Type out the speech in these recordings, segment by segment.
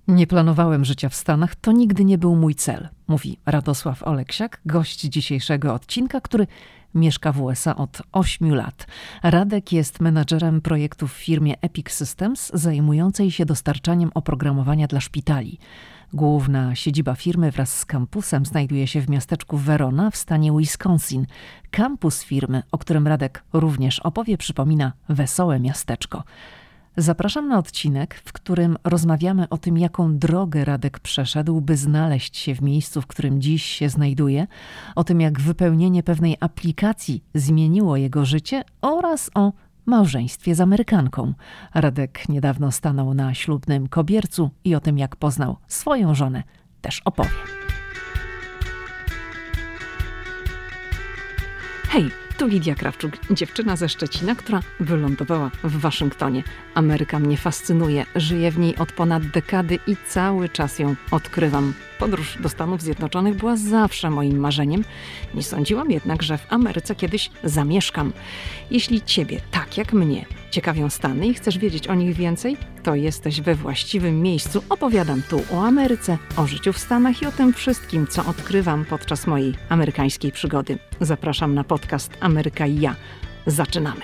Nie planowałem życia w Stanach, to nigdy nie był mój cel, mówi Radosław Oleksiak, gość dzisiejszego odcinka, który mieszka w USA od 8 lat. Radek jest menadżerem projektów w firmie Epic Systems, zajmującej się dostarczaniem oprogramowania dla szpitali. Główna siedziba firmy wraz z kampusem znajduje się w miasteczku Verona w stanie Wisconsin. Kampus firmy, o którym Radek również opowie, przypomina wesołe miasteczko. Zapraszam na odcinek, w którym rozmawiamy o tym, jaką drogę Radek przeszedł, by znaleźć się w miejscu, w którym dziś się znajduje, o tym, jak wypełnienie pewnej aplikacji zmieniło jego życie oraz o małżeństwie z Amerykanką. Radek niedawno stanął na ślubnym kobiercu i o tym, jak poznał swoją żonę, też opowie. Hej, tu Lidia Krawczuk, dziewczyna ze Szczecina, która wylądowała w Waszyngtonie. Ameryka mnie fascynuje, żyję w niej od ponad dekady i cały czas ją odkrywam. Podróż do Stanów Zjednoczonych była zawsze moim marzeniem. Nie sądziłam jednak, że w Ameryce kiedyś zamieszkam. Jeśli Ciebie, tak jak mnie, ciekawią Stany i chcesz wiedzieć o nich więcej, to jesteś we właściwym miejscu. Opowiadam tu o Ameryce, o życiu w Stanach i o tym wszystkim, co odkrywam podczas mojej amerykańskiej przygody. Zapraszam na podcast Ameryka i ja. Zaczynamy!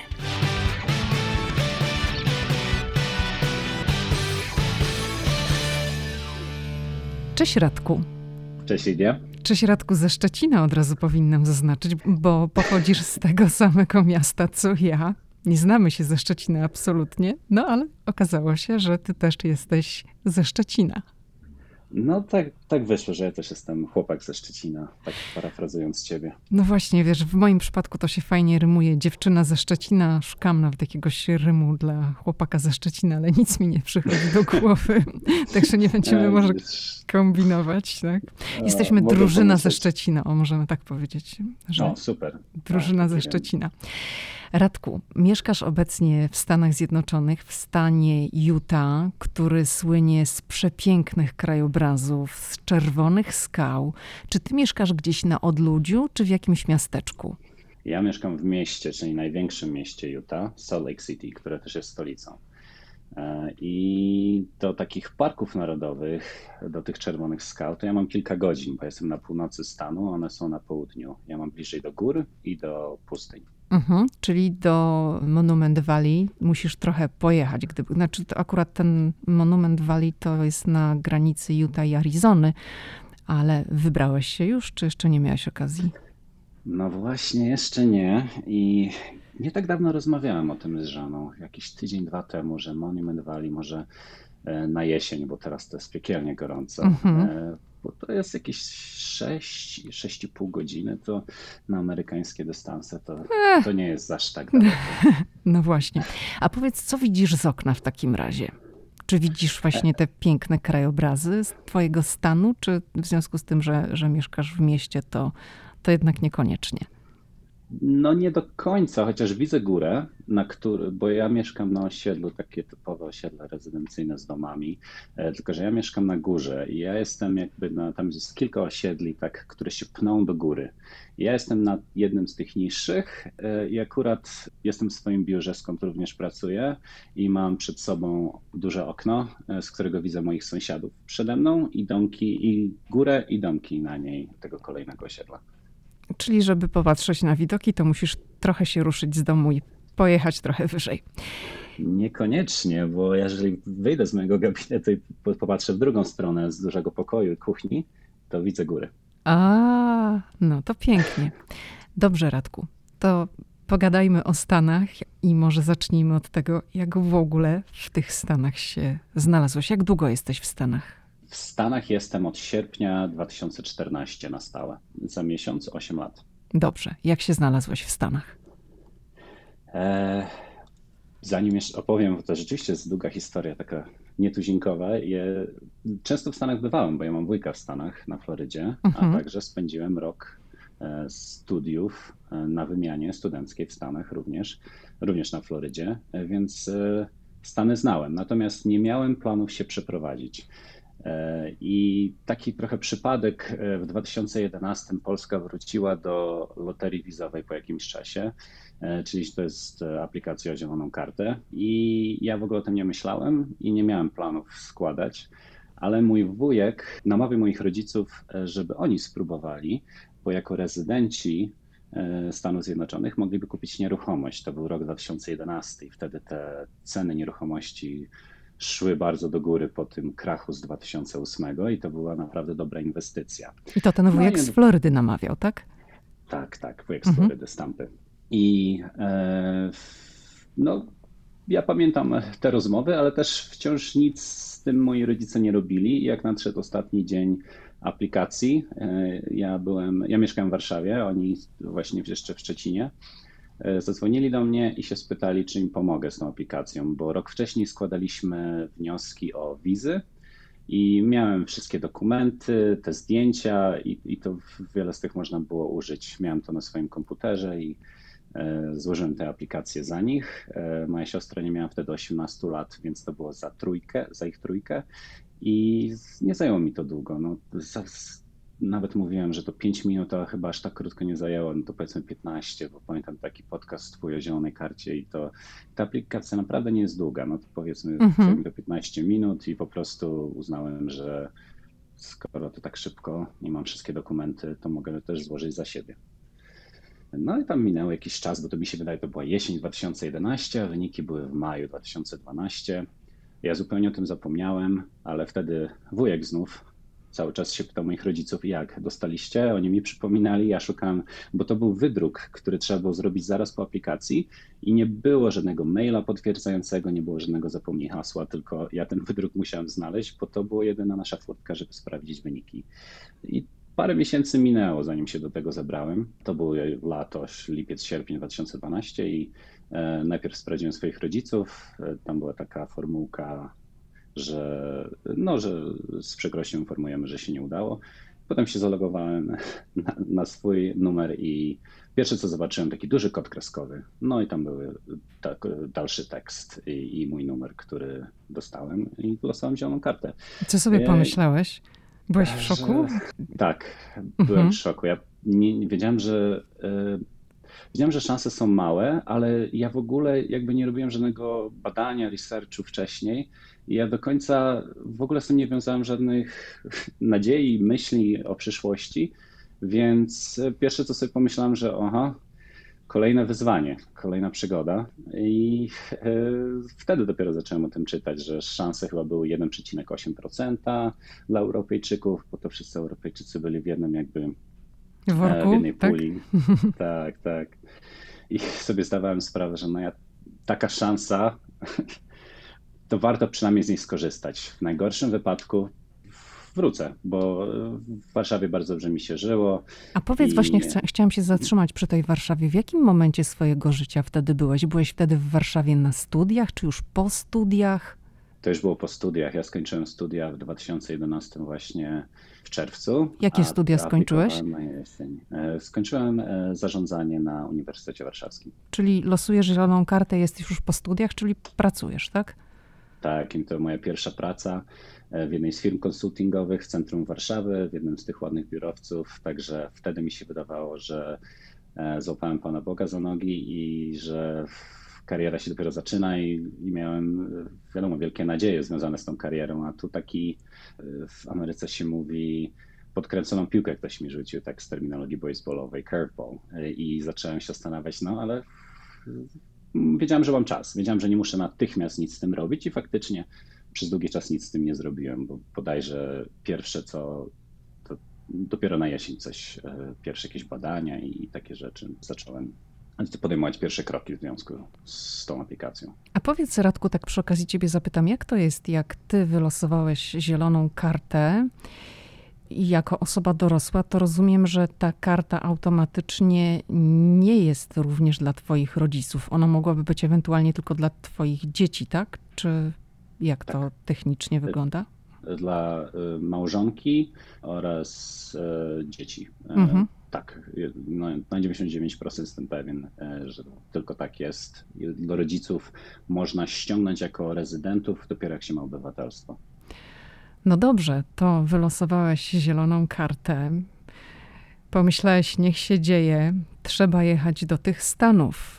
Cześć Radku. Cześć Lidia. Cześć Radku, ze Szczecina od razu powinnam zaznaczyć, bo pochodzisz z tego samego miasta co ja. Nie znamy się ze Szczecina absolutnie, no ale okazało się, że ty też jesteś ze Szczecina. No tak wyszło, że ja też jestem chłopak ze Szczecina, tak parafrazując ciebie. No właśnie, wiesz, w moim przypadku to się fajnie rymuje. Dziewczyna ze Szczecina, szukam nawet jakiegoś rymu dla chłopaka ze Szczecina, ale nic mi nie przychodzi do głowy. Także nie będziemy może kombinować, tak? Jesteśmy drużyna ze Szczecina, możemy tak powiedzieć. Że super. Drużyna ze Szczecina. Radku, mieszkasz obecnie w Stanach Zjednoczonych, w stanie Utah, który słynie z przepięknych krajobrazów, z czerwonych skał. Czy ty mieszkasz gdzieś na odludziu, czy w jakimś miasteczku? Ja mieszkam w mieście, czyli największym mieście Utah, Salt Lake City, które też jest stolicą. I do takich parków narodowych, do tych czerwonych skał, to ja mam kilka godzin, bo jestem na północy stanu, one są na południu. Ja mam bliżej do gór i do pustyń. Czyli do Monument Valley musisz trochę pojechać. Znaczy to akurat ten Monument Valley to jest na granicy Utah i Arizony, ale wybrałeś się już, czy jeszcze nie miałeś okazji? No właśnie, jeszcze nie. I nie tak dawno rozmawiałem o tym z żoną, jakiś tydzień, dwa temu, że Monument Valley może na jesień, bo teraz to jest piekielnie gorąco. Bo to jest jakieś 6,5 godziny, to na amerykańskie dystanse to nie jest aż tak daleko. No właśnie. A powiedz, co widzisz z okna w takim razie? Czy widzisz właśnie te piękne krajobrazy z twojego stanu, czy w związku z tym, że mieszkasz w mieście, to jednak niekoniecznie? No nie do końca, chociaż widzę górę, bo ja mieszkam na osiedlu, takie typowe osiedle rezydencyjne z domami, tylko że ja mieszkam na górze i ja jestem tam jest kilka osiedli, tak, które się pną do góry. Ja jestem na jednym z tych niższych i akurat jestem w swoim biurze, skąd również pracuję i mam przed sobą duże okno, z którego widzę moich sąsiadów przede mną i domki, i górę i domki na niej tego kolejnego osiedla. Czyli żeby popatrzeć na widoki, to musisz trochę się ruszyć z domu i pojechać trochę wyżej. Niekoniecznie, bo jeżeli wyjdę z mojego gabinetu i popatrzę w drugą stronę z dużego pokoju i kuchni, to widzę góry. No to pięknie. Dobrze, Radku, to pogadajmy o Stanach i może zacznijmy od tego, jak w ogóle w tych Stanach się znalazłeś. Jak długo jesteś w Stanach? W Stanach jestem od sierpnia 2014 na stałe. Za miesiąc 8 lat. Dobrze. Jak się znalazłeś w Stanach? Zanim jeszcze opowiem, bo to rzeczywiście jest długa historia, taka nietuzinkowa. Często w Stanach bywałem, bo ja mam wujka w Stanach, na Florydzie, a także spędziłem rok studiów na wymianie studenckiej w Stanach również na Florydzie, więc Stany znałem. Natomiast nie miałem planów się przeprowadzić. I taki trochę przypadek, w 2011 Polska wróciła do loterii wizowej po jakimś czasie, czyli to jest aplikacja o zieloną kartę i ja w ogóle o tym nie myślałem i nie miałem planów składać, ale mój wujek namawiał moich rodziców, żeby oni spróbowali, bo jako rezydenci Stanów Zjednoczonych mogliby kupić nieruchomość. To był rok 2011 i wtedy te ceny nieruchomości szły bardzo do góry po tym krachu z 2008 i to była naprawdę dobra inwestycja. I to ten wujek z Florydy namawiał, tak? Tak, wujek z Florydy, z Tampy. I no, ja pamiętam te rozmowy, ale też wciąż nic z tym moi rodzice nie robili. I jak nadszedł ostatni dzień aplikacji, ja mieszkałem w Warszawie, oni właśnie jeszcze w Szczecinie, zadzwonili do mnie i się spytali, czy im pomogę z tą aplikacją, bo rok wcześniej składaliśmy wnioski o wizy i miałem wszystkie dokumenty, te zdjęcia i to wiele z tych można było użyć. Miałem to na swoim komputerze i złożyłem te aplikacje za nich. Moja siostra nie miała wtedy 18 lat, więc to było za ich trójkę i nie zajęło mi to długo. No, nawet mówiłem, że to 5 minut, a chyba aż tak krótko nie zajęło, no to powiedzmy 15, bo pamiętam taki podcast twój o zielonej karcie i ta aplikacja naprawdę nie jest długa, no to powiedzmy zajęło to 15 minut i po prostu uznałem, że skoro to tak szybko i mam wszystkie dokumenty, to mogę też złożyć za siebie. No i tam minął jakiś czas, bo to mi się wydaje, to była jesień 2011, a wyniki były w maju 2012. Ja zupełnie o tym zapomniałem, ale wtedy wujek znów cały czas się pytał moich rodziców, jak dostaliście? Oni mi przypominali, ja szukałem, bo to był wydruk, który trzeba było zrobić zaraz po aplikacji i nie było żadnego maila potwierdzającego, nie było żadnego zapomnij hasła, tylko ja ten wydruk musiałem znaleźć, bo to była jedyna nasza furtka, żeby sprawdzić wyniki. I parę miesięcy minęło, zanim się do tego zebrałem. To było lato, lipiec, sierpień 2012 i najpierw sprawdziłem swoich rodziców. Tam była taka formułka, że z przykrością informujemy, że się nie udało. Potem się zalogowałem na swój numer i pierwsze co zobaczyłem, taki duży kod kreskowy. No i tam był dalszy tekst i mój numer, który dostałem i dostałem zieloną kartę. Co sobie pomyślałeś? Byłeś w szoku? Tak, byłem w szoku. Ja wiedziałem, że szanse są małe, ale ja w ogóle jakby nie robiłem żadnego badania, researchu wcześniej. I ja do końca w ogóle z tym nie wiązałem żadnych nadziei, myśli o przyszłości, więc pierwsze co sobie pomyślałem, że kolejne wyzwanie, kolejna przygoda i wtedy dopiero zacząłem o tym czytać, że szanse chyba były 1,8% dla Europejczyków, bo to wszyscy Europejczycy byli w jednym jakby w jednej puli. Tak. I sobie zdawałem sprawę, że taka szansa, to warto przynajmniej z niej skorzystać. W najgorszym wypadku wrócę, bo w Warszawie bardzo dobrze mi się żyło. A powiedz właśnie, chciałam się zatrzymać przy tej Warszawie. W jakim momencie swojego życia wtedy byłeś? Byłeś wtedy w Warszawie na studiach, czy już po studiach? To już było po studiach. Ja skończyłem studia w 2011 właśnie w czerwcu. Jakie studia skończyłeś? Na jesień. Skończyłem zarządzanie na Uniwersytecie Warszawskim. Czyli losujesz zieloną kartę, jesteś już po studiach, czyli pracujesz, tak? Tak, i to moja pierwsza praca w jednej z firm konsultingowych w centrum Warszawy, w jednym z tych ładnych biurowców, także wtedy mi się wydawało, że złapałem Pana Boga za nogi i że kariera się dopiero zaczyna i miałem, wiadomo, wielkie nadzieje związane z tą karierą, a tu taki w Ameryce się mówi podkręconą piłkę ktoś mi rzucił, tak z terminologii baseballowej, curveball i zacząłem się zastanawiać, ale wiedziałem, że mam czas, wiedziałem, że nie muszę natychmiast nic z tym robić i faktycznie przez długi czas nic z tym nie zrobiłem, bo bodajże pierwsze to dopiero na jesień pierwsze jakieś badania i takie rzeczy zacząłem podejmować pierwsze kroki w związku z tą aplikacją. A powiedz, Radku, tak przy okazji ciebie zapytam, jak to jest, jak ty wylosowałeś zieloną kartę i jako osoba dorosła, to rozumiem, że ta karta automatycznie nie jest również dla twoich rodziców. Ona mogłaby być ewentualnie tylko dla twoich dzieci, tak? Czy jak to technicznie wygląda? Dla małżonki oraz dzieci. Tak, na 99% jestem pewien, że tylko tak jest. Do rodziców można ściągnąć jako rezydentów dopiero jak się ma obywatelstwo. No dobrze, to wylosowałeś zieloną kartę. Pomyślałeś, niech się dzieje, trzeba jechać do tych Stanów.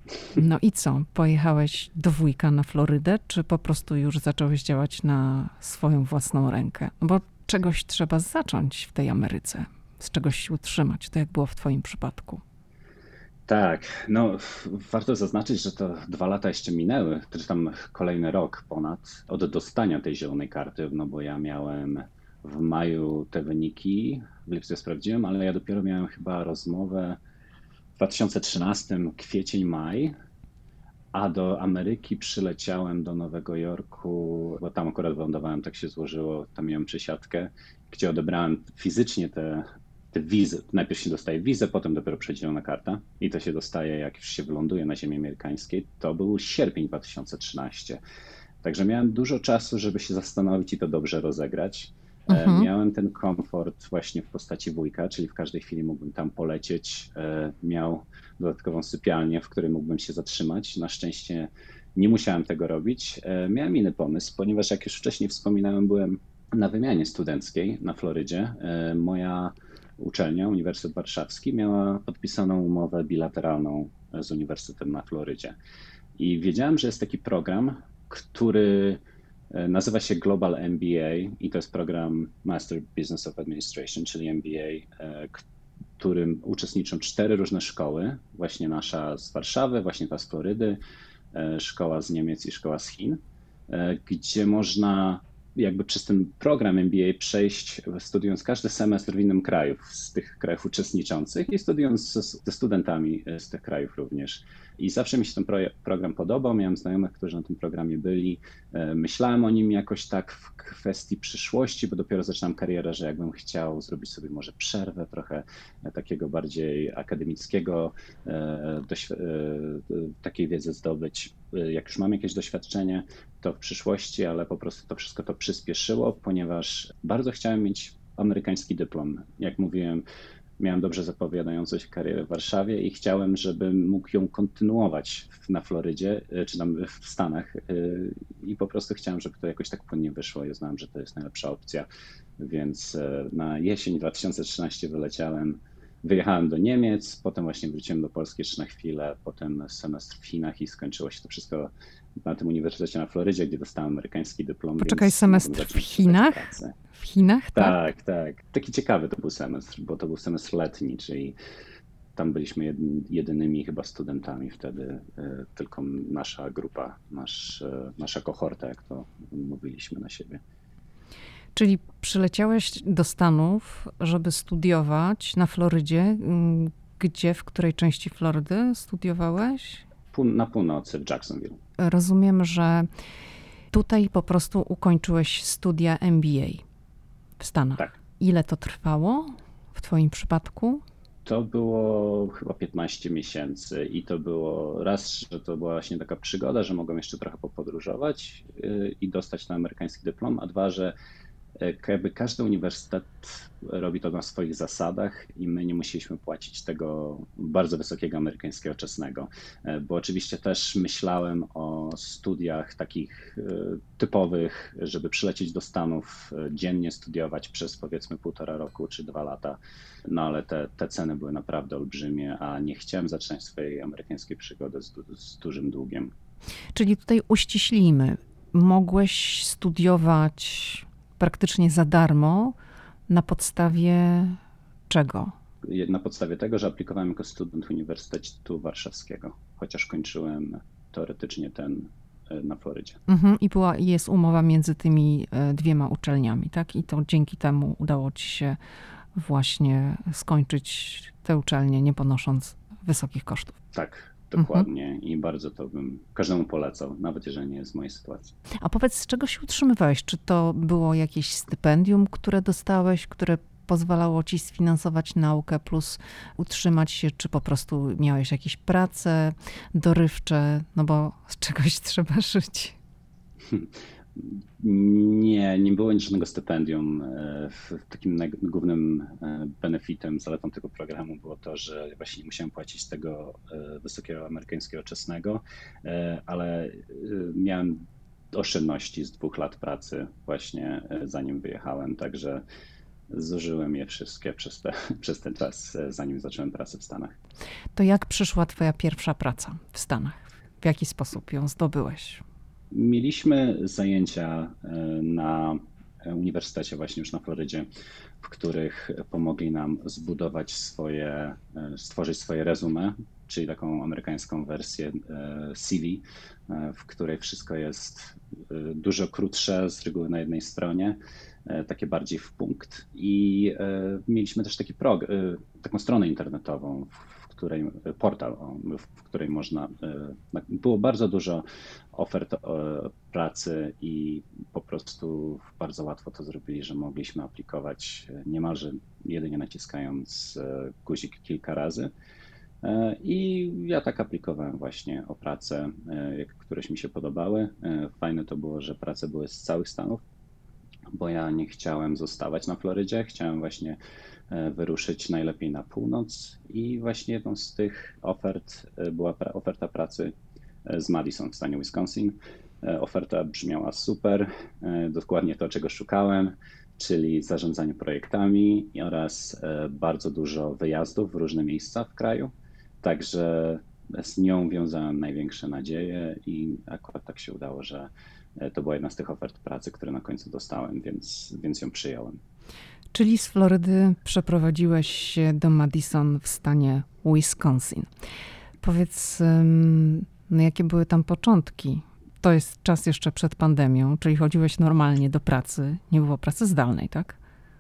No i co? Pojechałeś do wujka na Florydę, czy po prostu już zacząłeś działać na swoją własną rękę? No bo czegoś trzeba zacząć w tej Ameryce, z czegoś się utrzymać. To jak było w twoim przypadku? Tak, no warto zaznaczyć, że to 2 lata jeszcze minęły, czy tam kolejny rok ponad od dostania tej zielonej karty, no bo ja miałem w maju te wyniki, w lipcu je sprawdziłem, ale ja dopiero miałem chyba rozmowę w 2013, kwiecień, maj, a do Ameryki przyleciałem do Nowego Jorku, bo tam akurat wylądowałem, tak się złożyło, tam miałem przesiadkę, gdzie odebrałem fizycznie te wizy. Najpierw się dostaje wizę, potem dopiero przedzielona karta i to się dostaje, jak już się wyląduje na ziemi amerykańskiej. To był sierpień 2013. Także miałem dużo czasu, żeby się zastanowić i to dobrze rozegrać. Miałem ten komfort właśnie w postaci wujka, czyli w każdej chwili mógłbym tam polecieć. Miał dodatkową sypialnię, w której mógłbym się zatrzymać. Na szczęście nie musiałem tego robić. Miałem inny pomysł, ponieważ jak już wcześniej wspominałem, byłem na wymianie studenckiej na Florydzie. Moja uczelnia, Uniwersytet Warszawski, miała podpisaną umowę bilateralną z Uniwersytetem na Florydzie. I wiedziałem, że jest taki program, który nazywa się Global MBA i to jest program Master Business of Administration, czyli MBA, w którym uczestniczą 4 różne szkoły, właśnie nasza z Warszawy, właśnie ta z Florydy, szkoła z Niemiec i szkoła z Chin, gdzie można jakby przez ten program MBA przejść, studiując każdy semestr w innym kraju, z tych krajów uczestniczących i studiując ze studentami z tych krajów również. I zawsze mi się ten program podobał, miałem znajomych, którzy na tym programie byli. Myślałem o nim jakoś tak w kwestii przyszłości, bo dopiero zaczynam karierę, że jakbym chciał zrobić sobie może przerwę, trochę takiego bardziej akademickiego, takiej wiedzy zdobyć. Jak już mam jakieś doświadczenie, to w przyszłości, ale po prostu to wszystko to przyspieszyło, ponieważ bardzo chciałem mieć amerykański dyplom. Jak mówiłem, miałem dobrze zapowiadającą się karierę w Warszawie i chciałem, żebym mógł ją kontynuować na Florydzie, czy tam w Stanach i po prostu chciałem, żeby to jakoś tak płynnie wyszło i uznałem, że to jest najlepsza opcja, więc na jesień 2013 wyjechałem do Niemiec, potem właśnie wróciłem do Polski jeszcze na chwilę, potem semestr w Chinach i skończyło się to wszystko na tym uniwersytecie na Florydzie, gdzie dostałem amerykański dyplom. Poczekaj, semestr w Chinach? W Chinach, tak? Tak, tak. Taki ciekawy to był semestr, bo to był semestr letni, czyli tam byliśmy jedynymi chyba studentami wtedy, tylko nasza grupa, nasza kohorta, jak to mówiliśmy na siebie. Czyli przyleciałeś do Stanów, żeby studiować na Florydzie. Gdzie, w której części Florydy studiowałeś? Na północy, w Jacksonville. Rozumiem, że tutaj po prostu ukończyłeś studia MBA w Stanach. Tak. Ile to trwało w twoim przypadku? To było chyba 15 miesięcy i to było raz, że to była właśnie taka przygoda, że mogłem jeszcze trochę popodróżować i dostać ten amerykański dyplom, a dwa, że jakby każdy uniwersytet robi to na swoich zasadach i my nie musieliśmy płacić tego bardzo wysokiego amerykańskiego czesnego, bo oczywiście też myślałem o studiach takich typowych, żeby przylecieć do Stanów, dziennie studiować przez powiedzmy 1,5 roku czy 2 lata, no ale te ceny były naprawdę olbrzymie, a nie chciałem zaczynać swojej amerykańskiej przygody z dużym długiem. Czyli tutaj uściślimy, mogłeś studiować praktycznie za darmo. Na podstawie czego? Na podstawie tego, że aplikowałem jako student Uniwersytetu Warszawskiego, chociaż kończyłem teoretycznie ten na Florydzie. I jest umowa między tymi 2 uczelniami, tak? I to dzięki temu udało ci się właśnie skończyć tę uczelnię, nie ponosząc wysokich kosztów. Tak. Dokładnie i bardzo to bym każdemu polecał, nawet jeżeli nie jest w mojej sytuacji. A powiedz, z czego się utrzymywałeś? Czy to było jakieś stypendium, które dostałeś, które pozwalało ci sfinansować naukę plus utrzymać się, czy po prostu miałeś jakieś prace dorywcze, no bo z czegoś trzeba żyć? Nie było żadnego stypendium. Takim głównym benefitem, zaletą tego programu było to, że właśnie nie musiałem płacić tego wysokiego amerykańskiego czesnego, ale miałem oszczędności z 2 lat pracy właśnie zanim wyjechałem, także zużyłem je wszystkie przez ten czas, zanim zacząłem pracę w Stanach. To jak przyszła twoja pierwsza praca w Stanach? W jaki sposób ją zdobyłeś? Mieliśmy zajęcia na uniwersytecie właśnie już na Florydzie, w których pomogli nam stworzyć swoje resume, czyli taką amerykańską wersję CV, w której wszystko jest dużo krótsze, z reguły na jednej stronie, takie bardziej w punkt. I mieliśmy też taką stronę internetową, portal, w której było bardzo dużo ofert pracy i po prostu bardzo łatwo to zrobili, że mogliśmy aplikować niemalże jedynie naciskając guzik kilka razy. I ja tak aplikowałem właśnie o pracę, któreś mi się podobały. Fajne to było, że prace były z całych Stanów, bo ja nie chciałem zostawać na Florydzie, chciałem właśnie wyruszyć najlepiej na północ i właśnie jedną z tych ofert była oferta pracy z Madison w stanie Wisconsin. Oferta brzmiała super, dokładnie to, czego szukałem, czyli zarządzanie projektami oraz bardzo dużo wyjazdów w różne miejsca w kraju. Także z nią wiązałem największe nadzieje i akurat tak się udało, że to była jedna z tych ofert pracy, które na końcu dostałem, więc ją przyjąłem. Czyli z Florydy przeprowadziłeś się do Madison w stanie Wisconsin. Powiedz, no jakie były tam początki? To jest czas jeszcze przed pandemią, czyli chodziłeś normalnie do pracy, nie było pracy zdalnej, tak?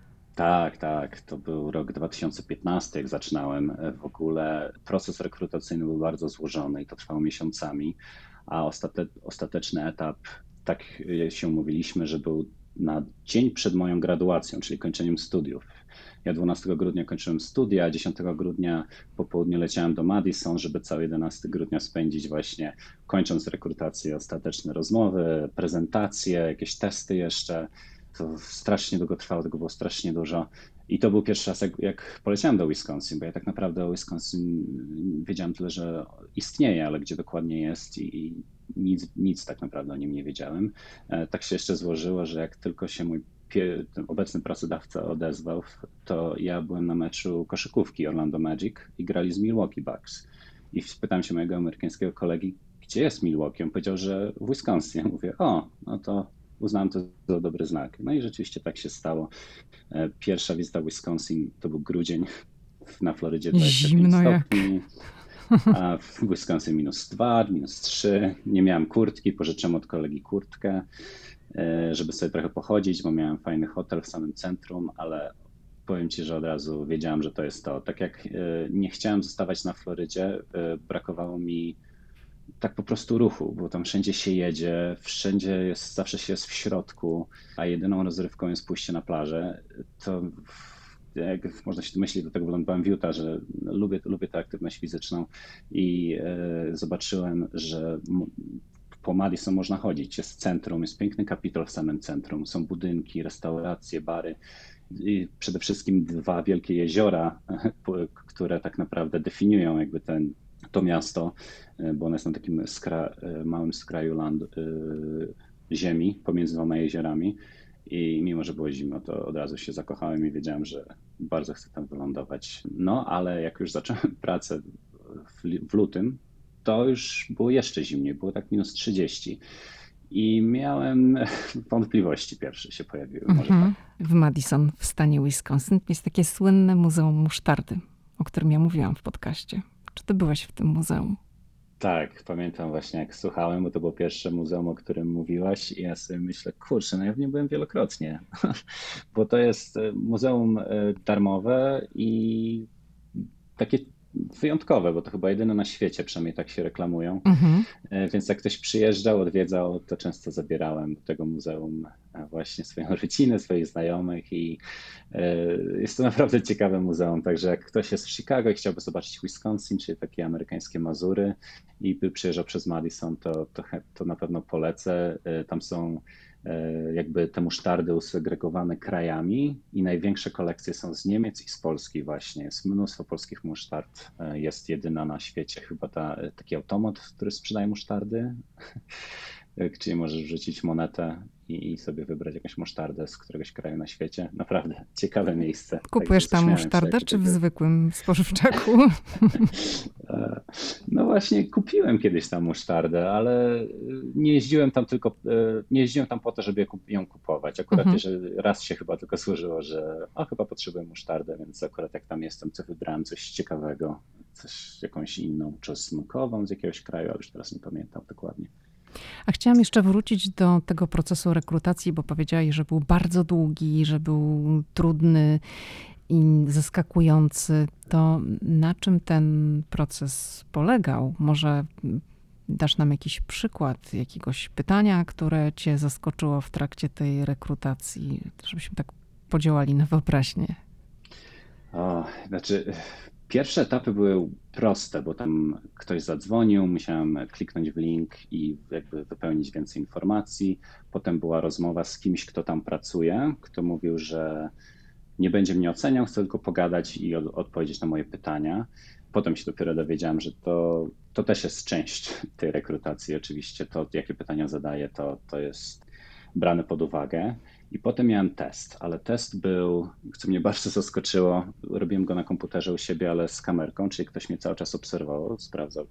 Tak. To był rok 2015, jak zaczynałem. W ogóle proces rekrutacyjny był bardzo złożony i to trwało miesiącami, a ostateczny etap, tak się umówiliśmy, że był na dzień przed moją graduacją, czyli kończeniem studiów. Ja 12 grudnia kończyłem studia, 10 grudnia po południu leciałem do Madison, żeby cały 11 grudnia spędzić właśnie kończąc rekrutację, ostateczne rozmowy, prezentacje, jakieś testy jeszcze. To strasznie długo trwało, tego było strasznie dużo. I to był pierwszy raz, jak poleciałem do Wisconsin, bo ja tak naprawdę o Wisconsin wiedziałem tyle, że istnieje, ale gdzie dokładnie jest i nic tak naprawdę o nim nie wiedziałem. Tak się jeszcze złożyło, że jak tylko się mój ten obecny pracodawca odezwał, to ja byłem na meczu koszykówki Orlando Magic i grali z Milwaukee Bucks. I spytałem się mojego amerykańskiego kolegi, gdzie jest Milwaukee? On powiedział, że w Wisconsin. Ja mówię, no to uznałem to za dobry znak. No i rzeczywiście tak się stało. Pierwsza wizyta w Wisconsin to był grudzień, na Florydzie 25 stopni, a w Wisconsin -2, -3. Nie miałem kurtki, pożyczyłem od kolegi kurtkę, żeby sobie trochę pochodzić, bo miałem fajny hotel w samym centrum, ale powiem ci, że od razu wiedziałem, że to jest to. Tak jak nie chciałem zostawać na Florydzie, brakowało mi tak po prostu ruchu, bo tam wszędzie się jedzie, zawsze się jest w środku, a jedyną rozrywką jest pójście na plażę. To jak można się domyślić, do tego wylądowałem w Utah, że lubię tę aktywność fizyczną i zobaczyłem, że po Madison można chodzić. Jest centrum, jest piękny Kapitol w samym centrum, są budynki, restauracje, bary i przede wszystkim dwa wielkie jeziora, które tak naprawdę definiują jakby to miasto, bo ono jest na takim małym skraju ziemi pomiędzy dwoma jeziorami i mimo, że było zimno, to od razu się zakochałem i wiedziałem, że bardzo chcę tam wylądować. No, ale jak już zacząłem pracę w lutym, to już było jeszcze zimniej, było tak -30 i miałem wątpliwości pierwsze się pojawiły. Może tak. W Madison w stanie Wisconsin jest takie słynne Muzeum Musztardy, o którym ja mówiłam w podcaście. Czy ty byłeś w tym muzeum? Tak, pamiętam właśnie jak słuchałem, bo to było pierwsze muzeum, o którym mówiłaś i ja sobie myślę, kurczę, no ja w nim byłem wielokrotnie, bo to jest muzeum darmowe i takie wyjątkowe, bo to chyba jedyne na świecie, przynajmniej tak się reklamują. Więc jak ktoś przyjeżdżał, odwiedzał, to często zabierałem do tego muzeum właśnie swoją rodzinę, swoich znajomych i jest to naprawdę ciekawe muzeum. Także jak ktoś jest w Chicago i chciałby zobaczyć Wisconsin, czyli takie amerykańskie Mazury i by przyjeżdżał przez Madison, to na pewno polecę. Tam są jakby te musztardy usegregowane krajami i największe kolekcje są z Niemiec i z Polski właśnie. Jest mnóstwo polskich musztard. Jest jedyna na świecie chyba taki automat, który sprzedaje musztardy, czyli możesz wrzucić monetę i sobie wybrać jakąś musztardę z któregoś kraju na świecie. Naprawdę ciekawe miejsce. Kupujesz tam musztardę czy w zwykłym spożywczaku? No właśnie kupiłem kiedyś tam musztardę, ale nie jeździłem tam po to, żeby ją kupować. Akurat jeżeli raz się chyba tylko służyło, że chyba potrzebuję musztardę, więc akurat jak tam jestem, to wybrałem coś ciekawego, jakąś inną czosnkową z jakiegoś kraju, ale już teraz nie pamiętam dokładnie. A chciałam jeszcze wrócić do tego procesu rekrutacji, bo powiedziałeś, że był bardzo długi, że był trudny i zaskakujący. To na czym ten proces polegał? Może dasz nam jakiś przykład jakiegoś pytania, które cię zaskoczyło w trakcie tej rekrutacji, żebyśmy tak podziałali na wyobraźnię? Pierwsze etapy były proste, bo tam ktoś zadzwonił, musiałem kliknąć w link i jakby wypełnić więcej informacji. Potem była rozmowa z kimś, kto tam pracuje, kto mówił, że nie będzie mnie oceniał, chce tylko pogadać i odpowiedzieć na moje pytania. Potem się dopiero dowiedziałem, że to też jest część tej rekrutacji. Oczywiście to, jakie pytania zadaję, to jest brane pod uwagę. I potem miałem test, ale test był, co mnie bardzo zaskoczyło, robiłem go na komputerze u siebie, ale z kamerką, czyli ktoś mnie cały czas obserwował, sprawdzał,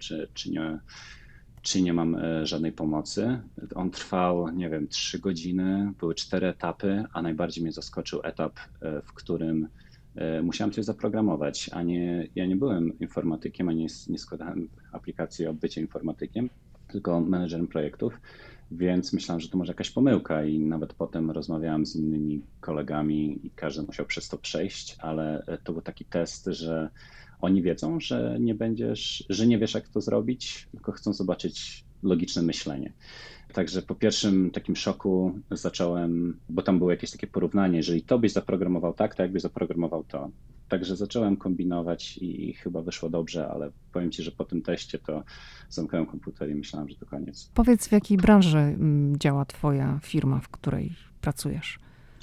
czy nie mam żadnej pomocy. On trwał, nie wiem, 3 godziny, były 4 etapy, a najbardziej mnie zaskoczył etap, w którym musiałem coś zaprogramować, ja nie byłem informatykiem, ani nie składałem aplikacji o bycie informatykiem, tylko menedżerem projektów, więc myślałem, że to może jakaś pomyłka i nawet potem rozmawiałem z innymi kolegami i każdy musiał przez to przejść, ale to był taki test, że oni wiedzą, że nie wiesz jak to zrobić, tylko chcą zobaczyć logiczne myślenie. Także po pierwszym takim szoku zacząłem, bo tam było jakieś takie porównanie, jeżeli to byś zaprogramował tak, to jakbyś zaprogramował to. Także zacząłem kombinować i chyba wyszło dobrze, ale powiem ci, że po tym teście to zamknąłem komputer i myślałem, że to koniec. Powiedz, w jakiej branży działa twoja firma, w której pracujesz?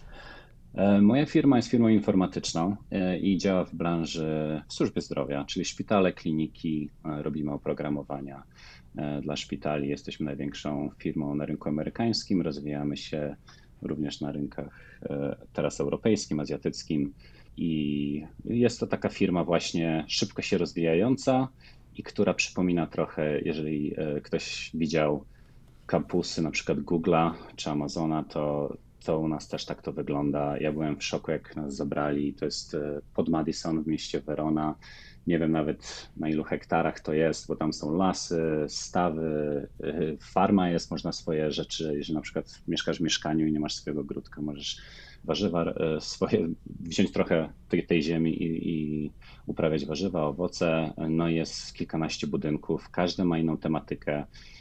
Moja firma jest firmą informatyczną i działa w branży służby zdrowia, czyli szpitale, kliniki, robimy oprogramowania dla szpitali. Jesteśmy największą firmą na rynku amerykańskim, rozwijamy się również na rynkach teraz europejskim, azjatyckim i jest to taka firma właśnie szybko się rozwijająca i która przypomina trochę, jeżeli ktoś widział kampusy na przykład Google'a czy Amazona, to u nas też tak to wygląda. Ja byłem w szoku, jak nas zabrali. To jest pod Madison w mieście Verona. Nie wiem nawet na ilu hektarach to jest, bo tam są lasy, stawy, farma jest, można swoje rzeczy, jeżeli na przykład mieszkasz w mieszkaniu i nie masz swojego ogródka, możesz warzywa swoje, wziąć trochę tej ziemi i uprawiać warzywa, owoce. No jest kilkanaście budynków, każdy ma inną tematykę.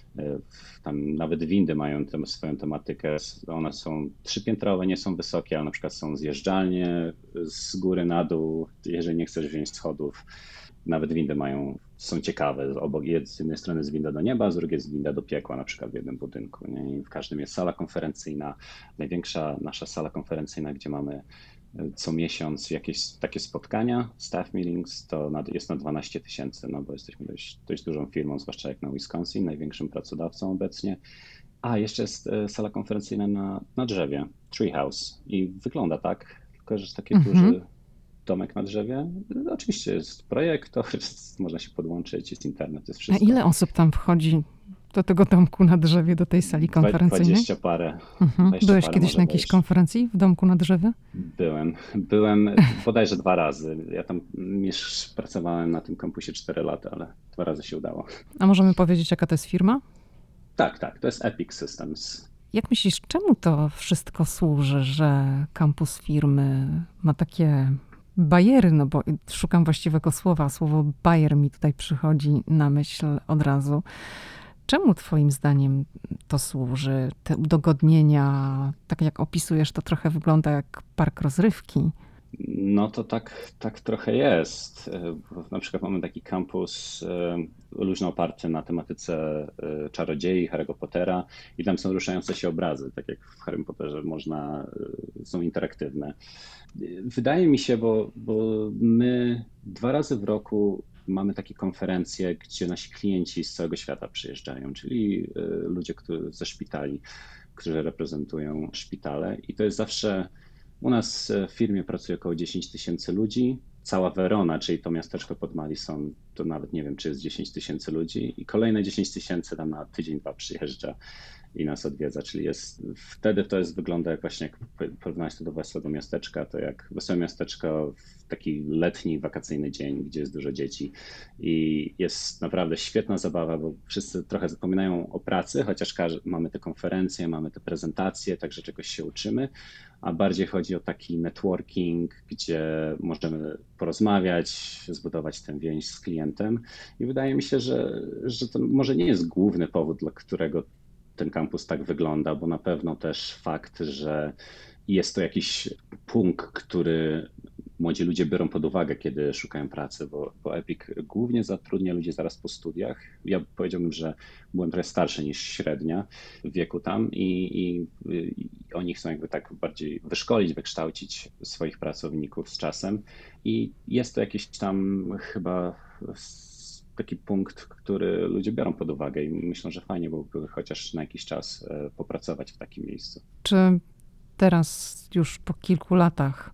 Tam nawet windy mają swoją tematykę. One są 3-piętrowe, nie są wysokie, ale na przykład są zjeżdżalnie z góry na dół, jeżeli nie chcesz wziąć schodów. Nawet windy są ciekawe. Z jednej strony jest winda do nieba, z drugiej jest winda do piekła, na przykład w jednym budynku. Nie? I w każdym jest sala konferencyjna. Największa nasza sala konferencyjna, gdzie mamy co miesiąc jakieś takie spotkania, staff meetings, to jest na 12 000, no bo jesteśmy dość dużą firmą, zwłaszcza jak na Wisconsin, największym pracodawcą obecnie. A jeszcze jest sala konferencyjna na drzewie, Treehouse i wygląda tak, tylko że jest taki duży domek na drzewie. No, oczywiście jest projektor, można się podłączyć, jest internet, jest wszystko. A ile osób tam wchodzi do tego domku na drzewie, do tej sali konferencyjnej? 20 parę. Byłeś kiedyś na jakiejś konferencji w domku na drzewie? Byłem bodajże 2 razy. Ja tam pracowałem na tym kampusie 4 lata, ale 2 razy się udało. A możemy powiedzieć, jaka to jest firma? Tak, to jest Epic Systems. Jak myślisz, czemu to wszystko służy, że kampus firmy ma takie bajery, no bo szukam właściwego słowa, słowo bajer mi tutaj przychodzi na myśl od razu. Czemu twoim zdaniem to służy? Te udogodnienia, tak jak opisujesz, to trochę wygląda jak park rozrywki. No to tak trochę jest. Na przykład mamy taki kampus luźno oparty na tematyce czarodziei, Harry'ego Pottera i tam są ruszające się obrazy, tak jak w Harrym Potterze są interaktywne. Wydaje mi się, bo my 2 razy w roku mamy takie konferencje, gdzie nasi klienci z całego świata przyjeżdżają, czyli ludzie ze szpitali. którzy reprezentują szpitale i to jest zawsze, u nas w firmie pracuje około 10 tysięcy ludzi. Cała Verona, czyli to miasteczko pod Madison, to nawet nie wiem, czy jest 10 tysięcy ludzi i kolejne 10 tysięcy tam na tydzień, dwa przyjeżdża i nas odwiedza, czyli wtedy to wygląda jak właśnie, jak porównać to do wesołego miasteczka, to jak wesołe miasteczko w taki letni, wakacyjny dzień, gdzie jest dużo dzieci i jest naprawdę świetna zabawa, bo wszyscy trochę zapominają o pracy, chociaż mamy te konferencje, mamy te prezentacje, także czegoś się uczymy, a bardziej chodzi o taki networking, gdzie możemy porozmawiać, zbudować tę więź z klientem i wydaje mi się, że to może nie jest główny powód, dla którego ten kampus tak wygląda, bo na pewno też fakt, że jest to jakiś punkt, który młodzi ludzie biorą pod uwagę, kiedy szukają pracy, bo Epic głównie zatrudnia ludzi zaraz po studiach. Ja powiedziałbym, że byłem trochę starszy niż średnia w wieku tam i oni chcą jakby tak bardziej wyszkolić, wykształcić swoich pracowników z czasem i jest to jakiś tam chyba taki punkt, który ludzie biorą pod uwagę i myślę, że fajnie byłoby chociaż na jakiś czas popracować w takim miejscu. Czy teraz już po kilku latach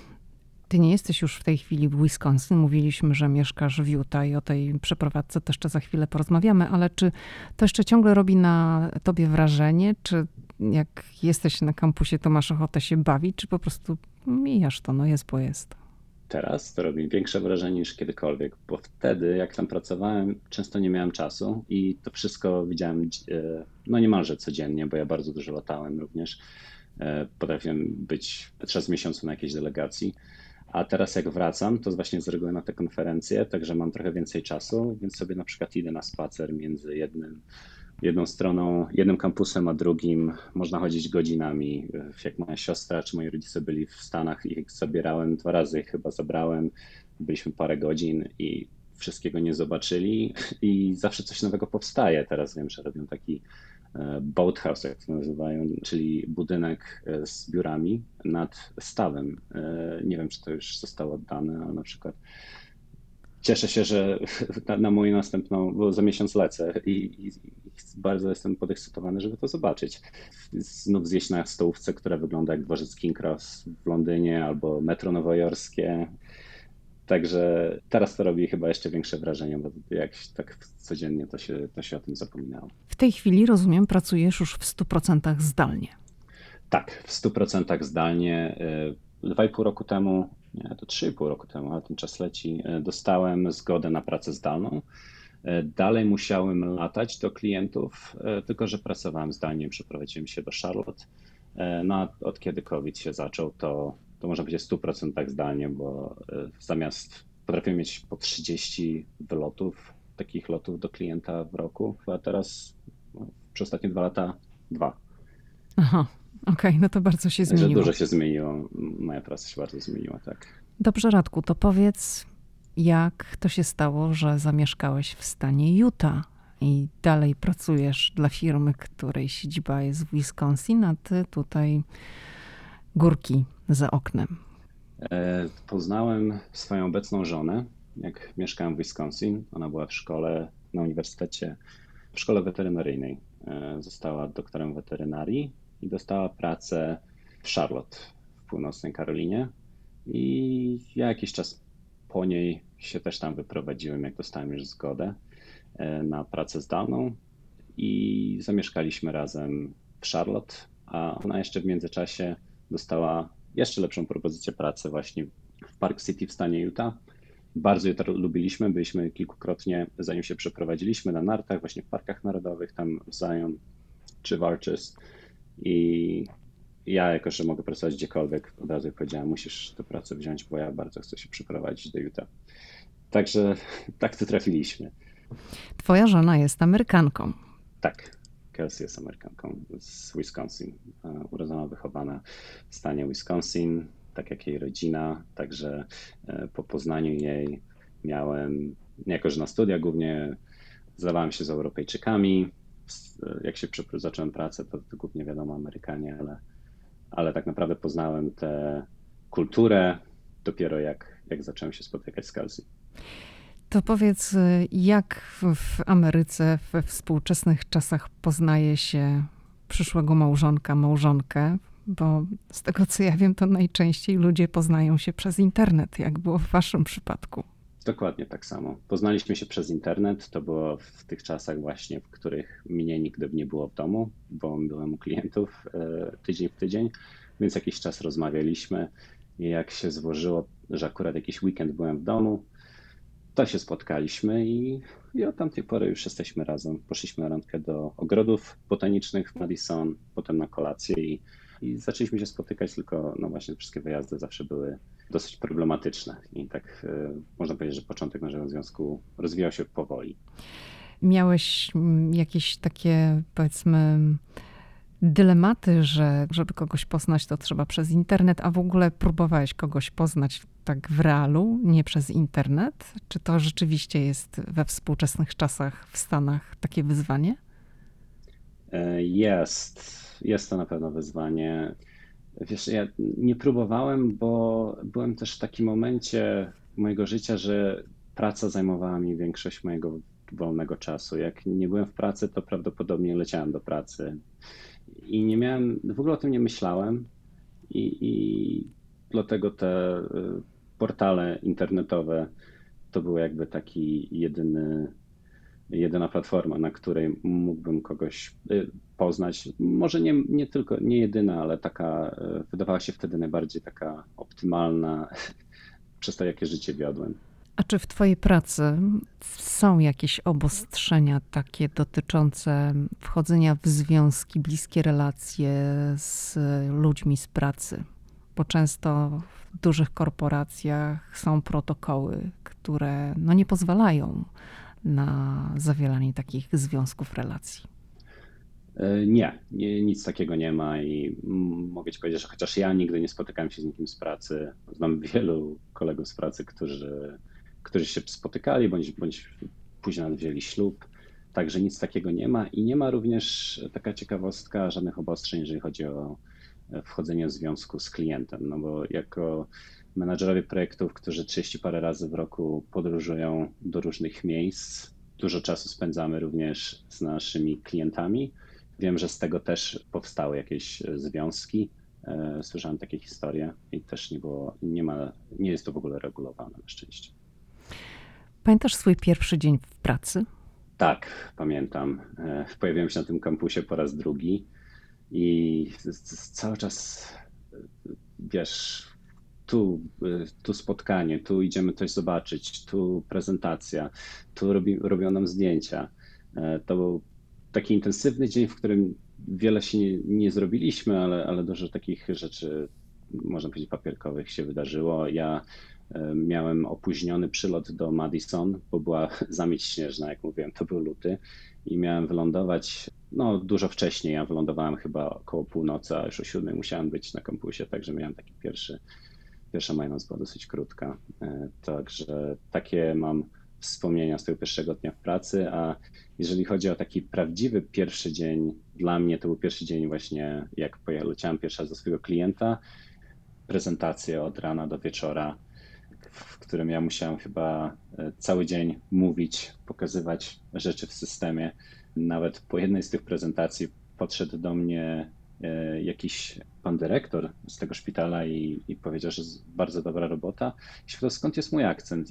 ty nie jesteś już w tej chwili w Wisconsin? Mówiliśmy, że mieszkasz w Utah i o tej przeprowadzce też jeszcze za chwilę porozmawiamy, ale czy to jeszcze ciągle robi na tobie wrażenie? Czy jak jesteś na kampusie, to masz ochotę się bawić, czy po prostu mijasz to, no jest, bo jest? Teraz to robi większe wrażenie niż kiedykolwiek, bo wtedy, jak tam pracowałem, często nie miałem czasu i to wszystko widziałem no niemalże codziennie, bo ja bardzo dużo latałem również. Potrafiłem być raz w miesiącu na jakiejś delegacji, a teraz jak wracam, to właśnie z reguły na te konferencje, także mam trochę więcej czasu, więc sobie na przykład idę na spacer między jedną stroną, jednym kampusem, a drugim. Można chodzić godzinami. Jak moja siostra czy moi rodzice byli w Stanach, ich zabierałem 2 razy, ich chyba zabrałem. Byliśmy parę godzin i wszystkiego nie zobaczyli i zawsze coś nowego powstaje. Teraz wiem, że robią taki boathouse, jak to nazywają, czyli budynek z biurami nad stawem. Nie wiem, czy to już zostało oddane, ale na przykład cieszę się, że na moją następną, bo za miesiąc lecę i bardzo jestem podekscytowany, żeby to zobaczyć. Znów zjeść na stołówce, która wygląda jak dworzec King Cross w Londynie albo metro nowojorskie. Także teraz to robi chyba jeszcze większe wrażenie, bo jak tak codziennie to się o tym zapominało. W tej chwili, rozumiem, pracujesz już w 100% zdalnie. Tak, w 100% zdalnie. 2,5 roku temu, nie, to 3,5 roku temu, ale ten czas leci, dostałem zgodę na pracę zdalną. Dalej musiałem latać do klientów, tylko że pracowałem zdalnie, przeprowadziłem się do Charlotte. No, od kiedy COVID się zaczął, to można powiedzieć w 100% zdalnie, bo zamiast potrafiłem mieć po 30 wylotów, takich lotów do klienta w roku, a teraz przez ostatnie 2 lata 2. Aha, okej, no to bardzo się Także zmieniło. dużo się zmieniło, moja praca się bardzo zmieniła, tak. Dobrze, Radku, to powiedz, jak to się stało, że zamieszkałeś w stanie Utah i dalej pracujesz dla firmy, której siedziba jest w Wisconsin, a ty tutaj górki za oknem. Poznałem swoją obecną żonę, jak mieszkałem w Wisconsin. Ona była w szkole, na uniwersytecie, w szkole weterynaryjnej. Została doktorem weterynarii i dostała pracę w Charlotte, w północnej Karolinie. I ja jakiś czas po niej się też tam wyprowadziłem, jak dostałem już zgodę na pracę zdalną i zamieszkaliśmy razem w Charlotte, a ona jeszcze w międzyczasie dostała jeszcze lepszą propozycję pracy właśnie w Park City w stanie Utah. Bardzo Utah lubiliśmy, byliśmy kilkukrotnie, zanim się przeprowadziliśmy na nartach, właśnie w parkach narodowych, tam w Zion czy w Arches. I ja, jako że mogę pracować gdziekolwiek, od razu powiedziałem, musisz tę pracę wziąć, bo ja bardzo chcę się przeprowadzić do Utah. Także tak to trafiliśmy. Twoja żona jest Amerykanką. Tak, Kelsey jest Amerykanką z Wisconsin, urodzona, wychowana w stanie Wisconsin, tak jak jej rodzina, także po poznaniu jej miałem, jako że na studia głównie zdawałem się z Europejczykami, jak się zacząłem pracę, to głównie wiadomo Amerykanie, ale tak naprawdę poznałem tę kulturę dopiero jak zacząłem się spotykać z Kelsey. To powiedz, jak w Ameryce we współczesnych czasach poznaje się przyszłego małżonkę, bo z tego co ja wiem, to najczęściej ludzie poznają się przez internet, jak było w waszym przypadku. Dokładnie tak samo. Poznaliśmy się przez internet. To było w tych czasach właśnie, w których mnie nigdy nie było w domu, bo byłem u klientów tydzień w tydzień, więc jakiś czas rozmawialiśmy i jak się złożyło, że akurat jakiś weekend byłem w domu, to się spotkaliśmy i od tamtej pory już jesteśmy razem. Poszliśmy na randkę do ogrodów botanicznych w Madison, potem na kolację i zaczęliśmy się spotykać, tylko no właśnie wszystkie wyjazdy zawsze były dosyć problematyczne i tak można powiedzieć, że początek naszego związku rozwijał się powoli. Miałeś jakieś takie, powiedzmy, dylematy, że żeby kogoś poznać, to trzeba przez internet, a w ogóle próbowałeś kogoś poznać tak w realu, nie przez internet? Czy to rzeczywiście jest we współczesnych czasach w Stanach takie wyzwanie? Jest to na pewno wyzwanie. Wiesz, ja nie próbowałem, bo byłem też w takim momencie mojego życia, że praca zajmowała mi większość mojego wolnego czasu. Jak nie byłem w pracy, to prawdopodobnie leciałem do pracy. I nie miałem, w ogóle o tym nie myślałem i dlatego te portale internetowe to był jakby taki jedyna platforma, na której mógłbym kogoś poznać. Może nie tylko, nie jedyna, ale taka wydawała się wtedy najbardziej taka optymalna przez to, jakie życie wiodłem. A czy w twojej pracy są jakieś obostrzenia takie dotyczące wchodzenia w związki, bliskie relacje z ludźmi z pracy? Bo często w dużych korporacjach są protokoły, które no nie pozwalają na zawieranie takich związków, relacji. Nic takiego nie ma i mogę ci powiedzieć, że chociaż ja nigdy nie spotykałem się z nikim z pracy, znam wielu kolegów z pracy, którzy się spotykali bądź później nawet wzięli ślub, także nic takiego nie ma i nie ma również, taka ciekawostka, żadnych obostrzeń, jeżeli chodzi o wchodzenie w związku z klientem, no bo jako menadżerowie projektów, którzy 30 parę razy w roku podróżują do różnych miejsc, dużo czasu spędzamy również z naszymi klientami. Wiem, że z tego też powstały jakieś związki. Słyszałem takie historie i też nie jest to w ogóle regulowane na szczęście. Pamiętasz swój pierwszy dzień w pracy? Tak, pamiętam. Pojawiłem się na tym kampusie po raz drugi i cały czas, wiesz, tu spotkanie, tu idziemy coś zobaczyć, tu prezentacja, tu robią nam zdjęcia. To był taki intensywny dzień, w którym wiele się nie zrobiliśmy, ale dużo takich rzeczy, można powiedzieć, papierkowych się wydarzyło. Ja miałem opóźniony przylot do Madison, bo była zamieć śnieżna, jak mówiłem, to był luty i miałem wylądować no, dużo wcześniej. Ja wylądowałem chyba około północy, a już o 7 musiałem być na kampusie, także miałem taki pierwsza moja noc była dosyć krótka. Także takie mam wspomnienia z tego pierwszego dnia w pracy, a jeżeli chodzi o taki prawdziwy pierwszy dzień, dla mnie to był pierwszy dzień właśnie, jak leciałem pierwszy raz do swojego klienta, prezentację od rana do wieczora, w którym ja musiałem chyba cały dzień mówić, pokazywać rzeczy w systemie. Nawet po jednej z tych prezentacji podszedł do mnie jakiś pan dyrektor z tego szpitala i powiedział, że jest bardzo dobra robota. I się pytał, skąd jest mój akcent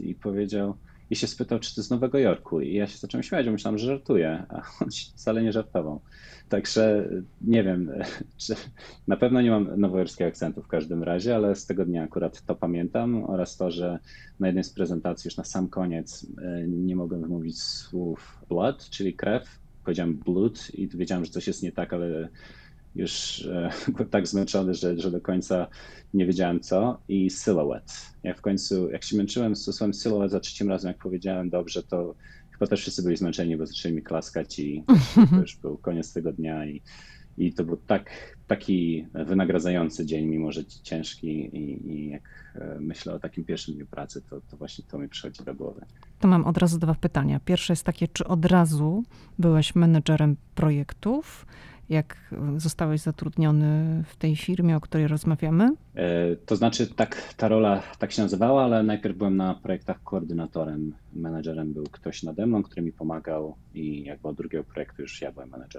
i się spytał, czy to z Nowego Jorku. I ja się zacząłem śmiać, bo myślałem, że żartuje, a on wcale nie żartował. Także nie wiem, czy na pewno nie mam nowojorskiego akcentu w każdym razie, ale z tego dnia akurat to pamiętam oraz to, że na jednej z prezentacji już na sam koniec nie mogłem wymówić słów blood, czyli krew. Powiedziałem blood i wiedziałem, że coś jest nie tak, ale już byłem tak zmęczony, że do końca nie wiedziałem co. I silhouette. Jak się męczyłem z słowem silhouette za trzecim razem, jak powiedziałem dobrze, to chyba też wszyscy byli zmęczeni, bo zaczęli mi klaskać i to już był koniec tego dnia i to był taki wynagradzający dzień, mimo że ciężki i jak myślę o takim pierwszym dniu pracy, to właśnie to mi przychodzi do głowy. To mam od razu dwa pytania. Pierwsze jest takie, czy od razu byłeś menedżerem projektów, jak zostałeś zatrudniony w tej firmie, o której rozmawiamy? To znaczy, tak, ta rola tak się nazywała, ale najpierw byłem na projektach koordynatorem. Menedżerem był ktoś nade mną, który mi pomagał i jakby od drugiego projektu już ja byłem menedżerem.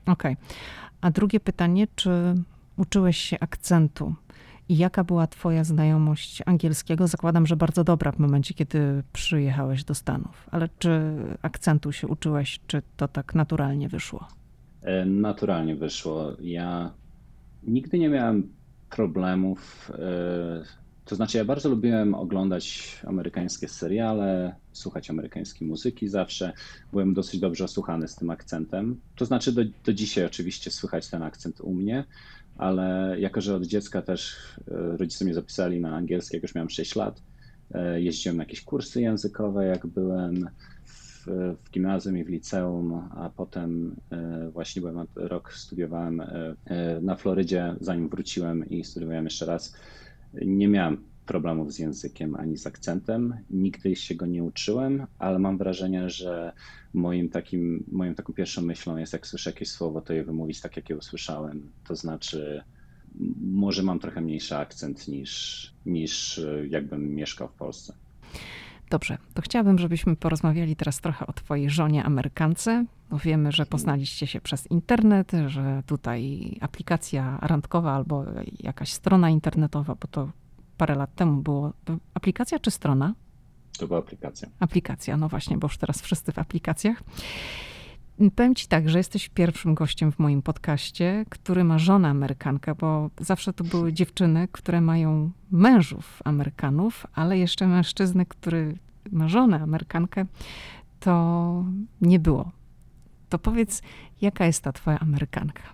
Okej. A drugie pytanie, czy uczyłeś się akcentu? I jaka była twoja znajomość angielskiego? Zakładam, że bardzo dobra w momencie, kiedy przyjechałeś do Stanów. Ale czy akcentu się uczyłeś, czy to tak naturalnie wyszło? Naturalnie wyszło. Ja nigdy nie miałem problemów. To znaczy, ja bardzo lubiłem oglądać amerykańskie seriale, słuchać amerykańskiej muzyki zawsze. Byłem dosyć dobrze osłuchany z tym akcentem. To znaczy, do dzisiaj oczywiście słychać ten akcent u mnie, ale jako że od dziecka też rodzice mnie zapisali na angielski, jak już miałem 6 lat, jeździłem na jakieś kursy językowe, jak byłem w gimnazjum i w liceum, a potem właśnie byłem rok studiowałem na Florydzie, zanim wróciłem i studiowałem jeszcze raz. Nie miałem problemów z językiem ani z akcentem, nigdy się go nie uczyłem, ale mam wrażenie, że moją taką pierwszą myślą jest, jak słyszę jakieś słowo, to je wymówić tak, jak je usłyszałem. To znaczy, może mam trochę mniejszy akcent niż jakbym mieszkał w Polsce. Dobrze, to chciałabym, żebyśmy porozmawiali teraz trochę o twojej żonie Amerykance. Bo wiemy, że poznaliście się przez internet, że tutaj aplikacja randkowa albo jakaś strona internetowa, bo to parę lat temu było. To aplikacja czy strona? To była aplikacja. Aplikacja, no właśnie, bo już teraz wszyscy w aplikacjach. Powiem ci tak, że jesteś pierwszym gościem w moim podcaście, który ma żonę Amerykankę, bo zawsze to były dziewczyny, które mają mężów Amerykanów, ale jeszcze mężczyzny, który ma żonę Amerykankę, to nie było. To powiedz, jaka jest ta twoja Amerykanka?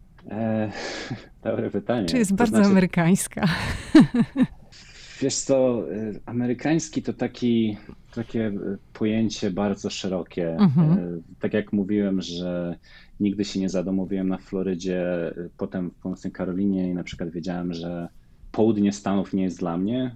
Dobre pytanie. Czy jest bardzo amerykańska? Wiesz co, amerykański to takie pojęcie bardzo szerokie. Tak jak mówiłem, że nigdy się nie zadomowiłem na Florydzie, potem w Północnej Karolinie i na przykład wiedziałem, że południe Stanów nie jest dla mnie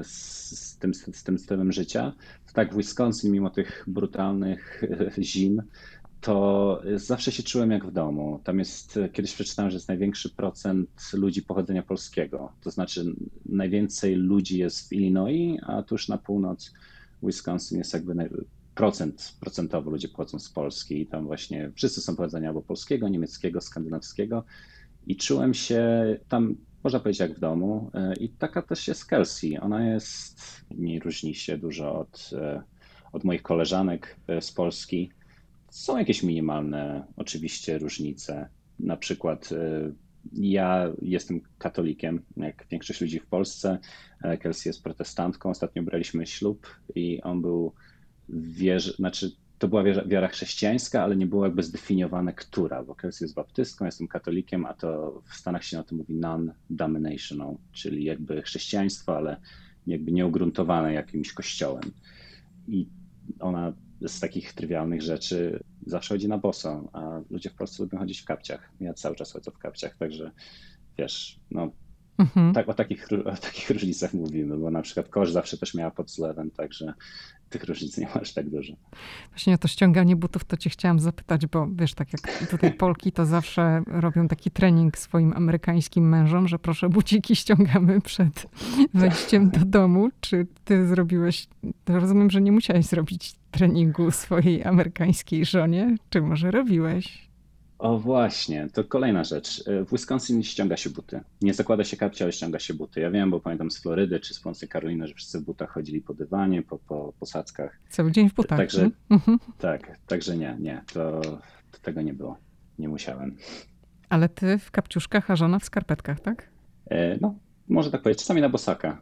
z tym stylem życia. To tak w Wisconsin, mimo tych brutalnych zim, to zawsze się czułem jak w domu. Tam jest, kiedyś przeczytałem, że jest największy procent ludzi pochodzenia polskiego. To znaczy najwięcej ludzi jest w Illinois, a tuż na północ Wisconsin jest jakby procentowo ludzie pochodzą z Polski. I tam właśnie wszyscy są pochodzenia albo polskiego, niemieckiego, skandynawskiego. I czułem się tam, można powiedzieć, jak w domu. I taka też jest Kelsey. Ona nie różni się dużo od moich koleżanek z Polski. Są jakieś minimalne oczywiście różnice. Na przykład ja jestem katolikiem, jak większość ludzi w Polsce. Kelsey jest protestantką. Ostatnio braliśmy ślub i on był to była wiara chrześcijańska, ale nie było jakby zdefiniowane, która, bo Kelsey jest baptystką, jestem katolikiem, a to w Stanach się na to mówi non-denominational, czyli jakby chrześcijaństwo, ale jakby nieugruntowane jakimś kościołem. I ona z takich trywialnych rzeczy zawsze chodzi na boso, a ludzie w Polsce lubią chodzić w kapciach. Ja cały czas chodzę w kapciach, także wiesz, no tak o takich różnicach mówimy, bo na przykład kosz zawsze też miała pod zlewem, także tych różnic nie ma aż tak dużo. Właśnie o to ściąganie butów to cię chciałam zapytać, bo wiesz, tak jak tutaj Polki to zawsze robią taki trening swoim amerykańskim mężom, że proszę buciki ściągamy przed wejściem do domu. Czy ty zrobiłeś, to rozumiem, że nie musiałeś zrobić treningu swojej amerykańskiej żonie, czy może robiłeś? O właśnie, to kolejna rzecz. W Wisconsin ściąga się buty. Nie zakłada się kapcia, ale ściąga się buty. Ja wiem, bo pamiętam z Florydy czy z Północnej Karoliny, że wszyscy w butach chodzili po dywanie, po posadzkach. Cały dzień w butach. Także tak, także nie, to tego nie było. Nie musiałem. Ale ty w kapciuszkach, a żona w skarpetkach, tak? No, może tak powiedzieć. Czasami na bosaka.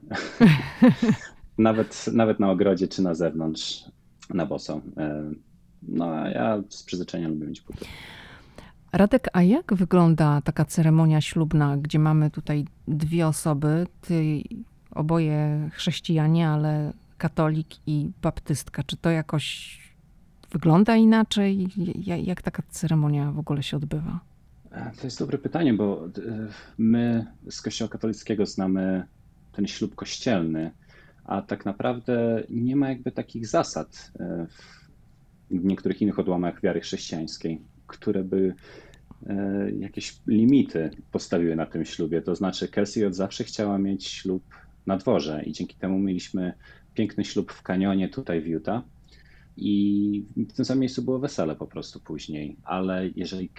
Nawet na ogrodzie czy na zewnątrz, na boso. No, a ja z przyzwyczajenia lubię mieć buty. Radek, a jak wygląda taka ceremonia ślubna, gdzie mamy tutaj dwie osoby, ty oboje chrześcijanie, ale katolik i baptystka? Czy to jakoś wygląda inaczej? Jak taka ceremonia w ogóle się odbywa? To jest dobre pytanie, bo my z Kościoła katolickiego znamy ten ślub kościelny, a tak naprawdę nie ma jakby takich zasad w niektórych innych odłamach wiary chrześcijańskiej, które by jakieś limity postawiły na tym ślubie. To znaczy Kelsey od zawsze chciała mieć ślub na dworze i dzięki temu mieliśmy piękny ślub w kanionie tutaj w Utah i w tym samym miejscu było wesele po prostu później. Ale jeżeli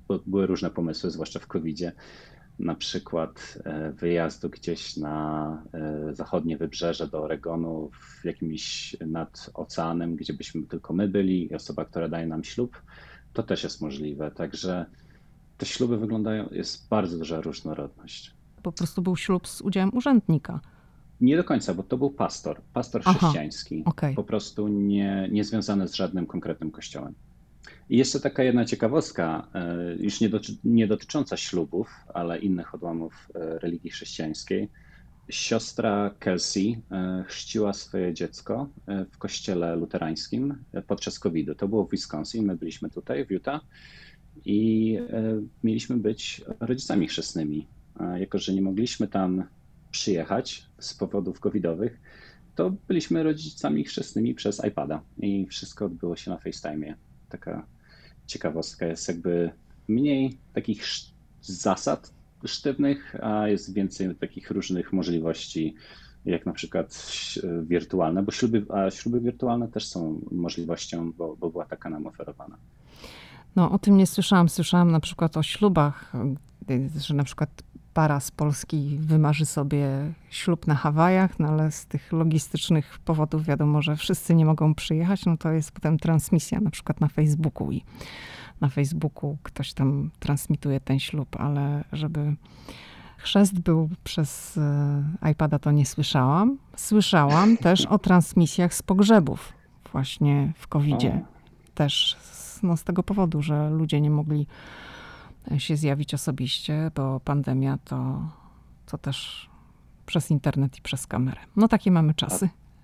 bo były różne pomysły, zwłaszcza w COVID-zie, na przykład wyjazdu gdzieś na zachodnie wybrzeże do Oregonu w jakimś nad oceanem, gdzie byśmy tylko my byli i osoba, która daje nam ślub, to też jest możliwe. Także te śluby wyglądają, jest bardzo duża różnorodność. Po prostu był ślub z udziałem urzędnika. Nie do końca, bo to był pastor chrześcijański, okej. po prostu nie związany z żadnym konkretnym kościołem. I jeszcze taka jedna ciekawostka, już nie dotycząca ślubów, ale innych odłamów religii chrześcijańskiej. Siostra Kelsey chrzciła swoje dziecko w kościele luterańskim podczas COVID-u. To było w Wisconsin, my byliśmy tutaj w Utah i mieliśmy być rodzicami chrzestnymi. Jako że nie mogliśmy tam przyjechać z powodów covidowych, to byliśmy rodzicami chrzestnymi przez iPada i wszystko odbyło się na FaceTime'ie. Taka ciekawostka, jest jakby mniej takich zasad sztywnych, a jest więcej takich różnych możliwości, jak na przykład wirtualne, bo śluby wirtualne też są możliwością, bo była taka nam oferowana. No o tym nie słyszałam. Słyszałam na przykład o ślubach, że na przykład para z Polski wymarzy sobie ślub na Hawajach, no ale z tych logistycznych powodów wiadomo, że wszyscy nie mogą przyjechać, no to jest potem transmisja na przykład na Facebooku i na Facebooku ktoś tam transmituje ten ślub, ale żeby chrzest był przez iPada, to nie słyszałam. Słyszałam też o transmisjach z pogrzebów właśnie w COVID-zie. Też z tego powodu, że ludzie nie mogli się zjawić osobiście, bo pandemia to też przez internet i przez kamerę. No takie mamy czasy.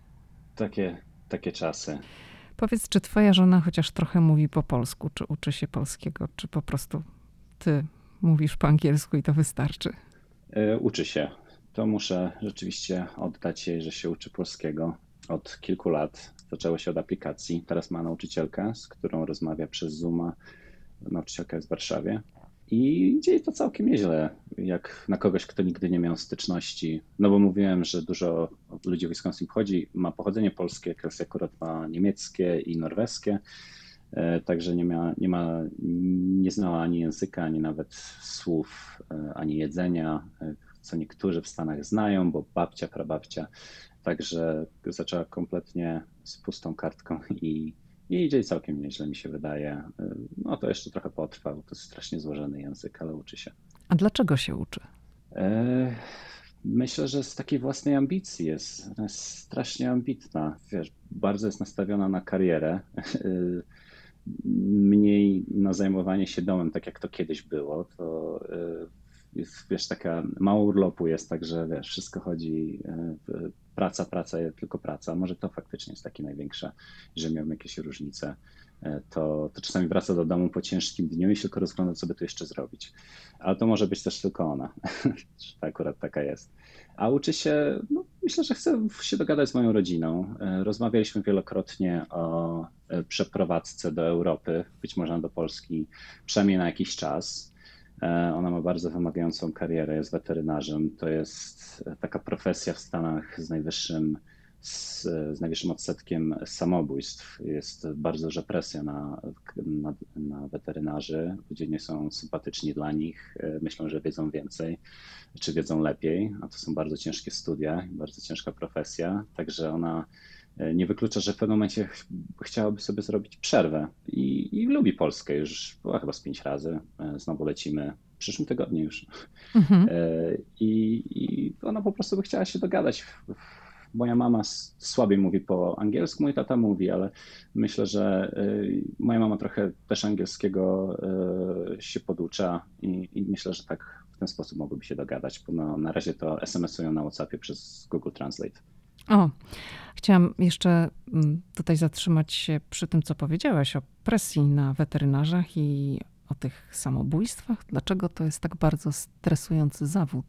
Takie czasy. Powiedz, czy twoja żona chociaż trochę mówi po polsku, czy uczy się polskiego, czy po prostu ty mówisz po angielsku i to wystarczy? Uczy się. To muszę rzeczywiście oddać jej, że się uczy polskiego od kilku lat. Zaczęło się od aplikacji. Teraz ma nauczycielkę, z którą rozmawia przez Zooma. Nauczycielka jest w Warszawie. I idzie jej to całkiem nieźle, jak na kogoś, kto nigdy nie miał styczności. No bo mówiłem, że dużo ludzi w Wisconsin ma pochodzenie polskie, Kelsey akurat ma niemieckie i norweskie, także nie znała ani języka, ani nawet słów, ani jedzenia, co niektórzy w Stanach znają, bo babcia, prababcia. Także zaczęła kompletnie z pustą kartką i idzie całkiem nieźle, mi się wydaje. No to jeszcze trochę potrwa, bo to jest strasznie złożony język, ale uczy się. A dlaczego się uczy? Myślę, że z takiej własnej ambicji jest strasznie ambitna. Wiesz, bardzo jest nastawiona na karierę, mniej na zajmowanie się domem, tak jak to kiedyś było. To jest, wiesz, taka mało urlopu jest, także wiesz, wszystko chodzi, praca, tylko praca. Może to faktycznie jest takie największe, że miałem jakieś różnice. To czasami wraca do domu po ciężkim dniu i się tylko rozgląda, co by tu jeszcze zrobić. Ale to może być też tylko ona, że akurat taka jest. A uczy się, no, myślę, że chce się dogadać z moją rodziną. Rozmawialiśmy wielokrotnie o przeprowadzce do Europy, być może do Polski, przynajmniej na jakiś czas. Ona ma bardzo wymagającą karierę, jest weterynarzem. To jest taka profesja w Stanach z najwyższym odsetkiem samobójstw. Jest bardzo duża presja na weterynarzy. Ludzie nie są sympatyczni dla nich, myślą, że wiedzą więcej, czy wiedzą lepiej, a to są bardzo ciężkie studia, bardzo ciężka profesja. Także ona nie wyklucza, że w pewnym momencie chciałaby sobie zrobić przerwę i lubi Polskę. Już była chyba z 5 razy. Znowu lecimy w przyszłym tygodniu już. Mhm. I ona po prostu by chciała się dogadać. Moja mama słabiej mówi po angielsku, mój tata mówi, ale myślę, że moja mama trochę też angielskiego się poducza i myślę, że tak w ten sposób mogłyby się dogadać, bo na razie to SMS-ują na WhatsAppie przez Google Translate. O, chciałam jeszcze tutaj zatrzymać się przy tym, co powiedziałaś o presji na weterynarzach i o tych samobójstwach. Dlaczego to jest tak bardzo stresujący zawód?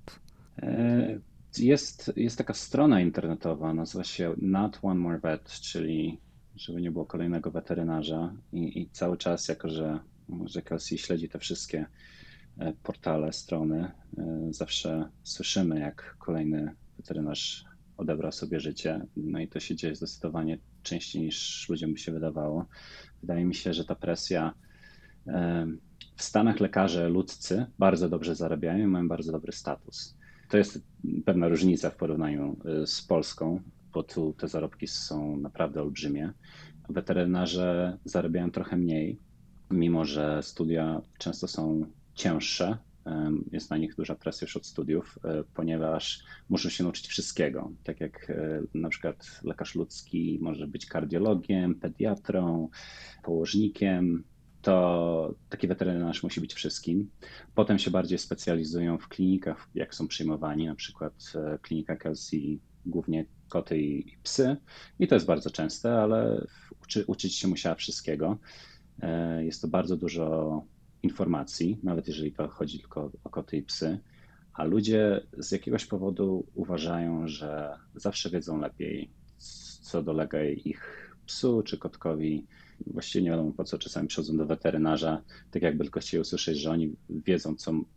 Jest taka strona internetowa, nazywa się Not One More Vet, czyli żeby nie było kolejnego weterynarza i cały czas, jako że Kelsey śledzi te wszystkie portale, strony, zawsze słyszymy, jak kolejny weterynarz odebrał sobie życie. No i to się dzieje zdecydowanie częściej niż ludziom by się wydawało. Wydaje mi się, że ta presja w Stanach lekarze ludzcy bardzo dobrze zarabiają i mają bardzo dobry status. To jest pewna różnica w porównaniu z Polską, bo tu te zarobki są naprawdę olbrzymie. Weterynarze zarabiają trochę mniej, mimo że studia często są cięższe. Jest na nich duża presja już od studiów, ponieważ muszą się nauczyć wszystkiego. Tak jak na przykład lekarz ludzki może być kardiologiem, pediatrą, położnikiem, to taki weterynarz musi być wszystkim. Potem się bardziej specjalizują w klinikach, jak są przyjmowani, na przykład klinika Kelsey, głównie koty i psy. I to jest bardzo częste, ale uczyć się musiała wszystkiego. Jest to bardzo dużo informacji, nawet jeżeli to chodzi tylko o koty i psy, a ludzie z jakiegoś powodu uważają, że zawsze wiedzą lepiej, co dolega ich psu czy kotkowi. Właściwie nie wiadomo po co czasami przychodzą do weterynarza, tak jakby tylko chcieli usłyszeć, że oni wiedzą,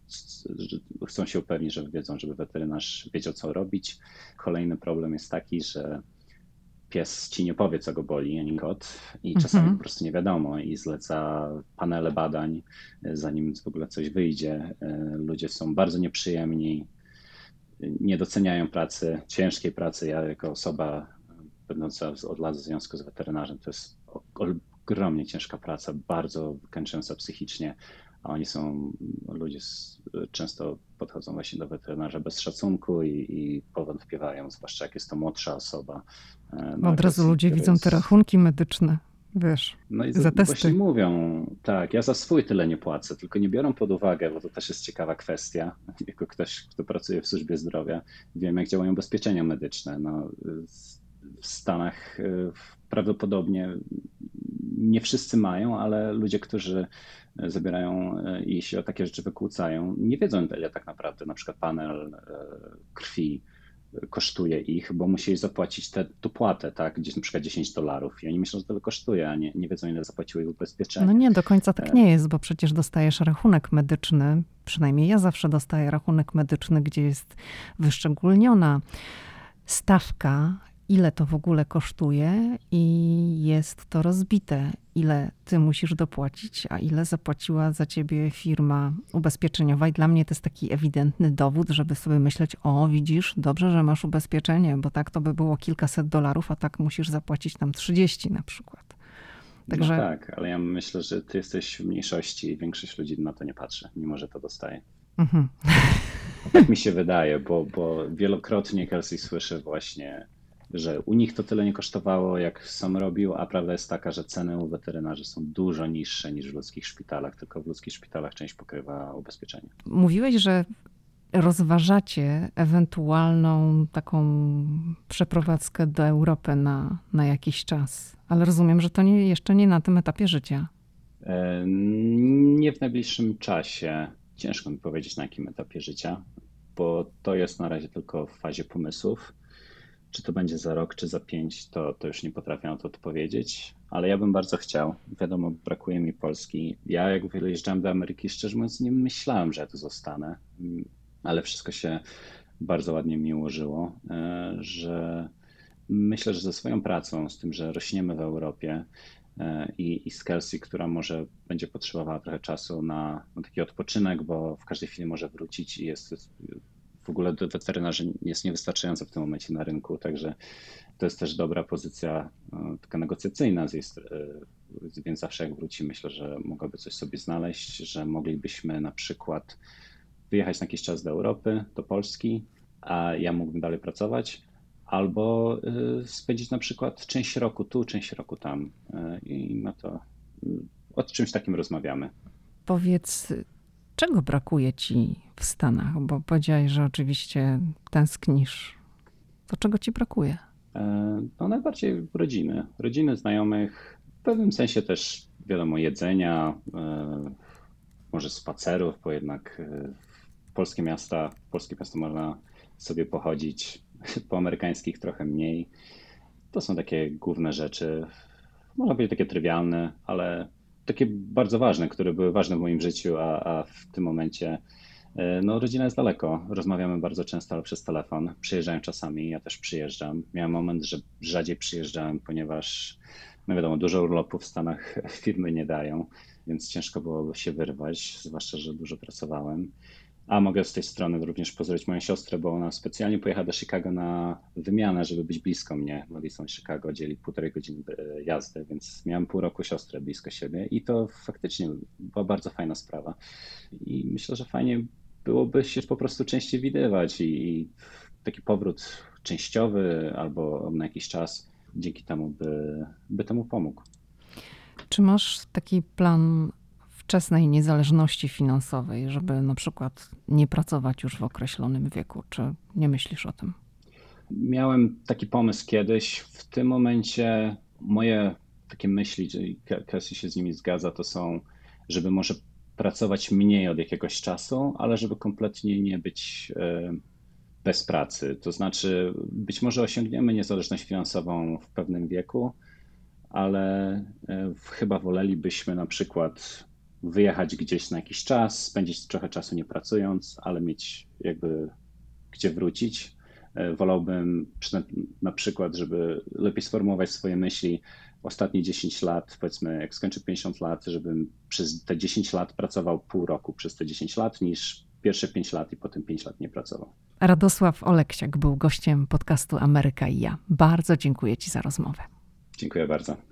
chcą się upewnić, że wiedzą, żeby weterynarz wiedział, co robić. Kolejny problem jest taki, że pies ci nie powie, co go boli, ani kot i czasami po prostu nie wiadomo i zleca panele badań, zanim w ogóle coś wyjdzie. Ludzie są bardzo nieprzyjemni, nie doceniają pracy, ciężkiej pracy. Ja jako osoba będąca od lat w związku z weterynarzem, to jest ogromnie ciężka praca, bardzo wykańczająca psychicznie, a ludzie często podchodzą właśnie do weterynarza bez szacunku i powątpiewają, zwłaszcza jak jest to młodsza osoba. Od razu ludzie widzą te rachunki medyczne, wiesz, no i za testy. Właśnie mówią, tak, ja za swój tyle nie płacę, tylko nie biorą pod uwagę, bo to też jest ciekawa kwestia, jako ktoś, kto pracuje w służbie zdrowia, wiem jak działają ubezpieczenia medyczne. W Stanach prawdopodobnie nie wszyscy mają, ale ludzie, którzy zabierają i się o takie rzeczy wykłócają, nie wiedzą, ile tak naprawdę na przykład panel krwi kosztuje ich, bo musieli zapłacić tę dopłatę, tak, gdzieś na przykład $10 i oni myślą, że tyle kosztuje, a nie wiedzą, ile zapłaciły ich ubezpieczenie. No nie, do końca tak nie jest, bo przecież dostajesz rachunek medyczny, przynajmniej ja zawsze dostaję rachunek medyczny, gdzie jest wyszczególniona stawka, ile to w ogóle kosztuje i jest to rozbite, ile ty musisz dopłacić, a ile zapłaciła za ciebie firma ubezpieczeniowa. I dla mnie to jest taki ewidentny dowód, żeby sobie myśleć, o widzisz, dobrze, że masz ubezpieczenie, bo tak to by było kilkaset dolarów, a tak musisz zapłacić tam 30 na przykład. Także... No tak, ale ja myślę, że ty jesteś w mniejszości i większość ludzi na to nie patrzy, mimo że to dostaje. Tak mi się wydaje, bo wielokrotnie Kelsey słyszy właśnie, że u nich to tyle nie kosztowało, jak sam robił, a prawda jest taka, że ceny u weterynarzy są dużo niższe niż w ludzkich szpitalach, tylko w ludzkich szpitalach część pokrywa ubezpieczenie. Mówiłeś, że rozważacie ewentualną taką przeprowadzkę do Europy na jakiś czas, ale rozumiem, że to jeszcze nie na tym etapie życia. Nie w najbliższym czasie. Ciężko mi powiedzieć, na jakim etapie życia, bo to jest na razie tylko w fazie pomysłów. Czy to będzie za rok, czy za 5, to już nie potrafię na to odpowiedzieć, ale ja bym bardzo chciał. Wiadomo, brakuje mi Polski. Ja jak wyjeżdżałem do Ameryki, szczerze mówiąc, nie myślałem, że ja tu zostanę, ale wszystko się bardzo ładnie mi ułożyło, że myślę, że ze swoją pracą, z tym, że rośniemy w Europie i z Kelsey, która może będzie potrzebowała trochę czasu na taki odpoczynek, bo w każdej chwili może wrócić i jest w ogóle weterynarzy jest niewystarczająco w tym momencie na rynku, także to jest też dobra pozycja taka negocjacyjna, więc zawsze jak wróci, myślę, że mogłaby coś sobie znaleźć, że moglibyśmy na przykład wyjechać na jakiś czas do Europy, do Polski, a ja mógłbym dalej pracować, albo spędzić na przykład część roku tu, część roku tam i na to o czymś takim rozmawiamy. Powiedz, czego brakuje ci w Stanach? Bo powiedziałeś, że oczywiście tęsknisz. To czego ci brakuje? No najbardziej rodziny, znajomych, w pewnym sensie też wiadomo jedzenia, może spacerów, bo jednak polskie miasta można sobie pochodzić, po amerykańskich trochę mniej. To są takie główne rzeczy, można powiedzieć takie trywialne, ale takie bardzo ważne, które były ważne w moim życiu, a w tym momencie no rodzina jest daleko. Rozmawiamy bardzo często, ale przez telefon. Przyjeżdżają czasami, ja też przyjeżdżam. Miałem moment, że rzadziej przyjeżdżałem, ponieważ no wiadomo, dużo urlopów w Stanach firmy nie dają, więc ciężko było się wyrwać, zwłaszcza, że dużo pracowałem. A mogę z tej strony również pozdrowić moją siostrę, bo ona specjalnie pojechała do Chicago na wymianę, żeby być blisko mnie. Madison, Chicago dzieli 1,5 godziny jazdy, więc miałem pół roku siostrę blisko siebie i to faktycznie była bardzo fajna sprawa. I myślę, że fajnie byłoby się po prostu częściej widywać i taki powrót częściowy albo na jakiś czas dzięki temu by temu pomógł. Czy masz taki plan wczesnej niezależności finansowej, żeby na przykład nie pracować już w określonym wieku? Czy nie myślisz o tym? Miałem taki pomysł kiedyś. W tym momencie moje takie myśli, czyli Cassie się z nimi zgadza, to są, żeby może pracować mniej od jakiegoś czasu, ale żeby kompletnie nie być bez pracy. To znaczy być może osiągniemy niezależność finansową w pewnym wieku, ale chyba wolelibyśmy na przykład wyjechać gdzieś na jakiś czas, spędzić trochę czasu nie pracując, ale mieć jakby gdzie wrócić. Wolałbym na przykład, żeby lepiej sformułować swoje myśli ostatnie 10 lat, powiedzmy jak skończę 50 lat, żebym przez te 10 lat pracował pół roku przez te 10 lat, niż pierwsze 5 lat i potem 5 lat nie pracował. Radosław Oleksiak był gościem podcastu Ameryka i ja. Bardzo dziękuję Ci za rozmowę. Dziękuję bardzo.